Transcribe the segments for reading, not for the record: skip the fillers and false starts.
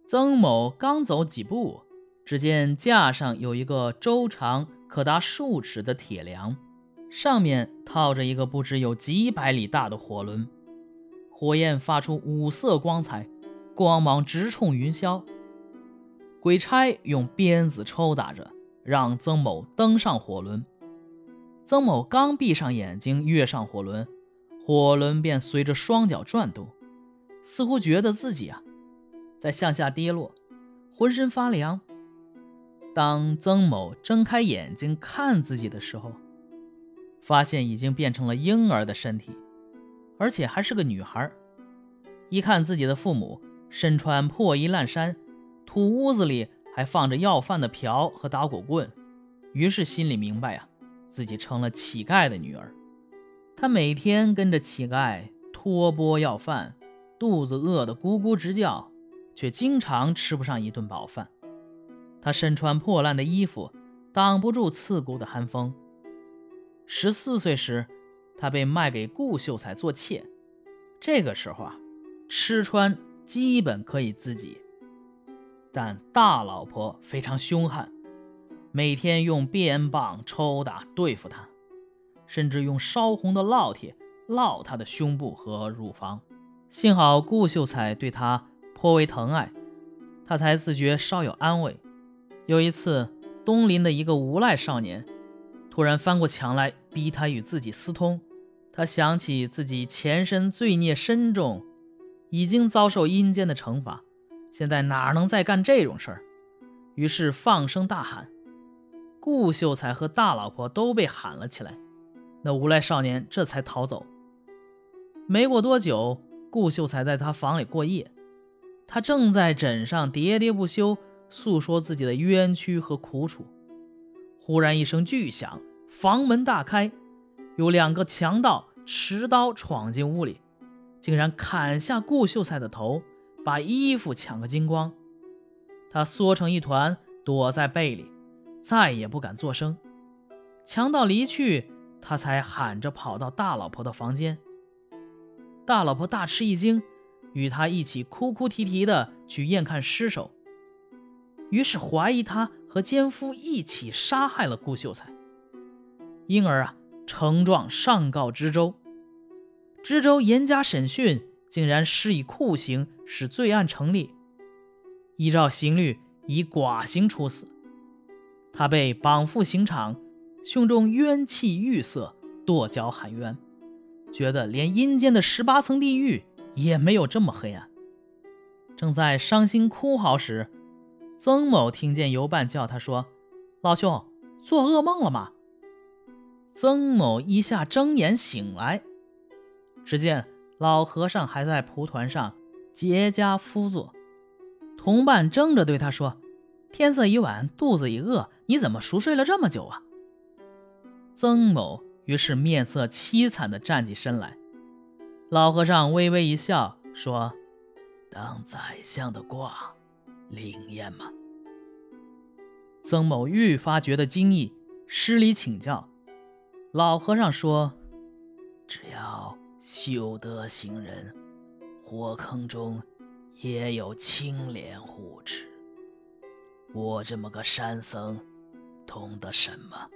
曾某刚走几步，只见架上有一个周长可达数尺的铁梁，上面套着一个不知有几百里大的火轮，火焰发出五色光彩，光芒直冲云霄。鬼差用鞭子抽打着，让曾某登上火轮。曾某刚闭上眼睛跃上火轮，火轮便随着双脚转动，似乎觉得自己在向下跌落，浑身发凉。当曾某睁开眼睛看自己的时候，发现已经变成了婴儿的身体，而且还是个女孩。一看自己的父母身穿破衣烂衫，土屋子里还放着要饭的瓢和打火棍，于是心里明白自己成了乞丐的女儿。他每天跟着乞丐托钵要饭，肚子饿得咕咕直叫，却经常吃不上一顿饱饭。他身穿破烂的衣服，挡不住刺骨的寒风。14岁时，他被卖给顾秀才做妾，这个时候吃穿基本可以自己。但大老婆非常凶悍，每天用鞭棒抽打对付他，甚至用烧红的烙铁烙他的胸部和乳房。幸好顾秀才对他颇为疼爱，他才自觉稍有安慰。有一次，东邻的一个无赖少年突然翻过墙来逼他与自己私通，他想起自己前身罪孽深重，已经遭受阴间的惩罚，现在哪能再干这种事儿，于是放声大喊。顾秀才和大老婆都被喊了起来，那无赖少年这才逃走。没过多久，顾秀才在他房里过夜，他正在枕上喋喋不休诉说自己的冤屈和苦楚，忽然一声巨响，房门大开，有2个强盗持刀闯进屋里，竟然砍下顾秀才的头，把衣服抢个精光。他缩成一团躲在被里，再也不敢作声。强盗离去，他才喊着跑到大老婆的房间。大老婆大吃一惊，与他一起哭哭啼啼的去验看尸首，于是怀疑他和奸夫一起杀害了顾秀才，因而呈状上告知州。知州严加审讯，竟然施以酷刑，使罪案成立，依照刑律以剐刑处死。他被绑赴刑场，胸中冤气郁塞，跺脚喊冤，觉得连阴间的18层地狱也没有这么黑暗。正在伤心哭嚎时，曾某听见游伴叫他说：“老兄，做噩梦了吗？”曾某一下睁眼醒来，只见老和尚还在蒲团上结跏趺坐，同伴争着对他说：“天色已晚，肚子已饿，你怎么熟睡了这么久啊？”曾某于是面色凄惨地站起身来。老和尚微微一笑说：“当宰相的卦灵验吗？”曾某愈发觉得惊异，施礼请教。老和尚说：“只要修德行仁，火坑中也有清廉护持。我这么个山僧懂得什么？”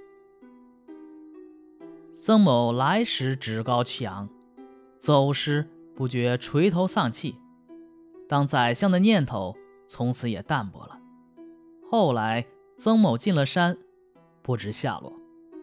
曾某来时趾高气扬，走时不觉垂头丧气，当宰相的念头从此也淡薄了。后来曾某进了山，不知下落。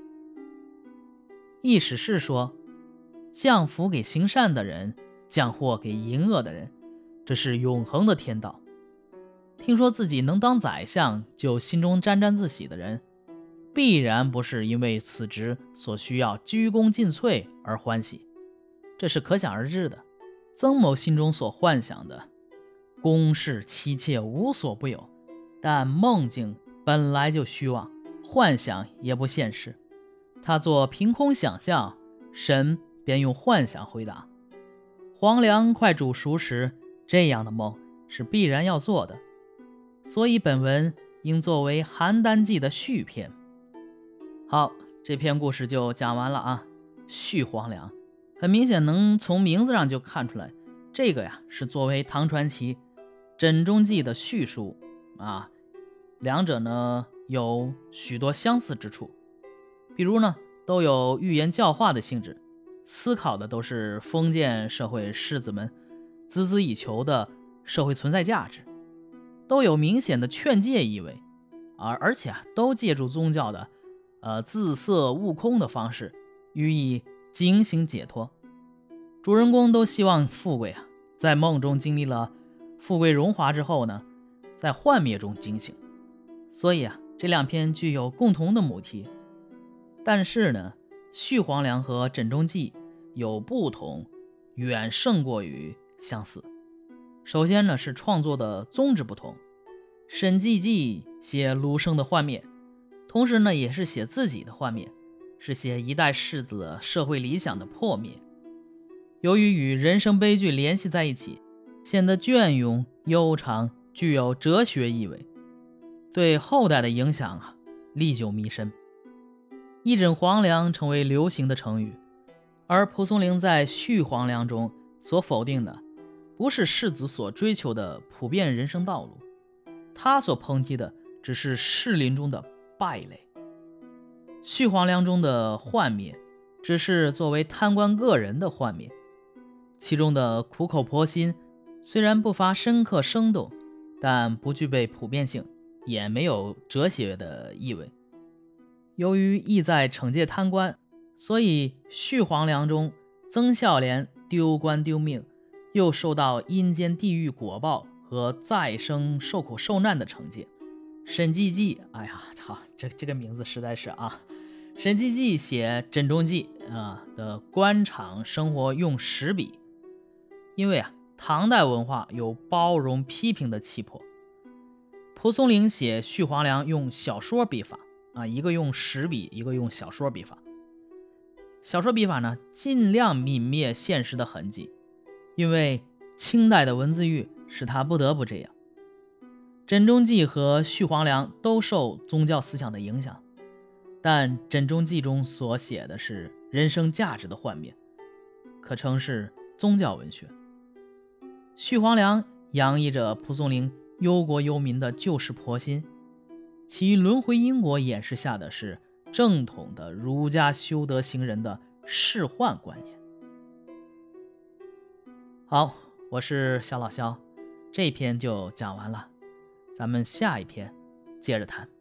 意史是说，降福给行善的人，降祸给淫恶的人，这是永恒的天道。听说自己能当宰相就心中沾沾自喜的人，必然不是因为此职所需要鞠躬尽瘁而欢喜，这是可想而知的。曾某心中所幻想的宫室妻妾无所不有，但梦境本来就虚妄，幻想也不现实。他做凭空想象，神便用幻想回答。黄粱快煮熟时，这样的梦是必然要做的，所以本文应作为邯郸记的续篇。好，这篇故事就讲完了续黄粱，很明显能从名字上就看出来，这个是作为唐传奇枕中记》的叙述两者呢有许多相似之处，比如呢都有寓言教化的性质，思考的都是封建社会士子们孜孜以求的社会存在价值，都有明显的劝诫意味，而且都借助宗教的自色悟空的方式予以警醒解脱。主人公都希望富贵在梦中经历了富贵荣华之后呢，在幻灭中惊醒。所以这两篇具有共同的母题。但是呢，续黄粱和枕中记有不同，远胜过于相似。首先呢，是创作的宗旨不同。沈寂记写鲁生的幻灭，同时呢也是写自己的幻灭，是写一代士子社会理想的破灭。由于与人生悲剧联系在一起，显得隽永悠长，具有哲学意味，对后代的影响历久弥深。一枕黄粱成为流行的成语，而蒲松龄在续黄粱中所否定的不是士子所追求的普遍人生道路，他所抨击的只是士林中的败类。续黄粱中的幻灭只是作为贪官个人的幻灭，其中的苦口婆心虽然不乏深刻生动，但不具备普遍性，也没有哲学的意味。由于意在惩戒贪官，所以续黄粱中曾孝廉丢官丢命，又受到阴间地狱果报和再生受苦受难的惩戒。沈寂记，这个名字实在是沈寂记写枕中记的官场生活用实笔，因为唐代文化有包容批评的气魄。蒲松龄写续黄粱用小说笔法一个用实笔，一个用小说笔法。小说笔法呢，尽量泯灭现实的痕迹，因为清代的文字狱使他不得不这样。枕中记和续黄粱都受宗教思想的影响，但枕中记中所写的是人生价值的幻灭，可称是宗教文学。续黄粱洋溢着蒲松龄忧国忧民的救世婆心，其轮回因果掩饰下的是正统的儒家修德行人的仕宦观念。好，我是小老肖，这篇就讲完了，咱们下一篇接着谈。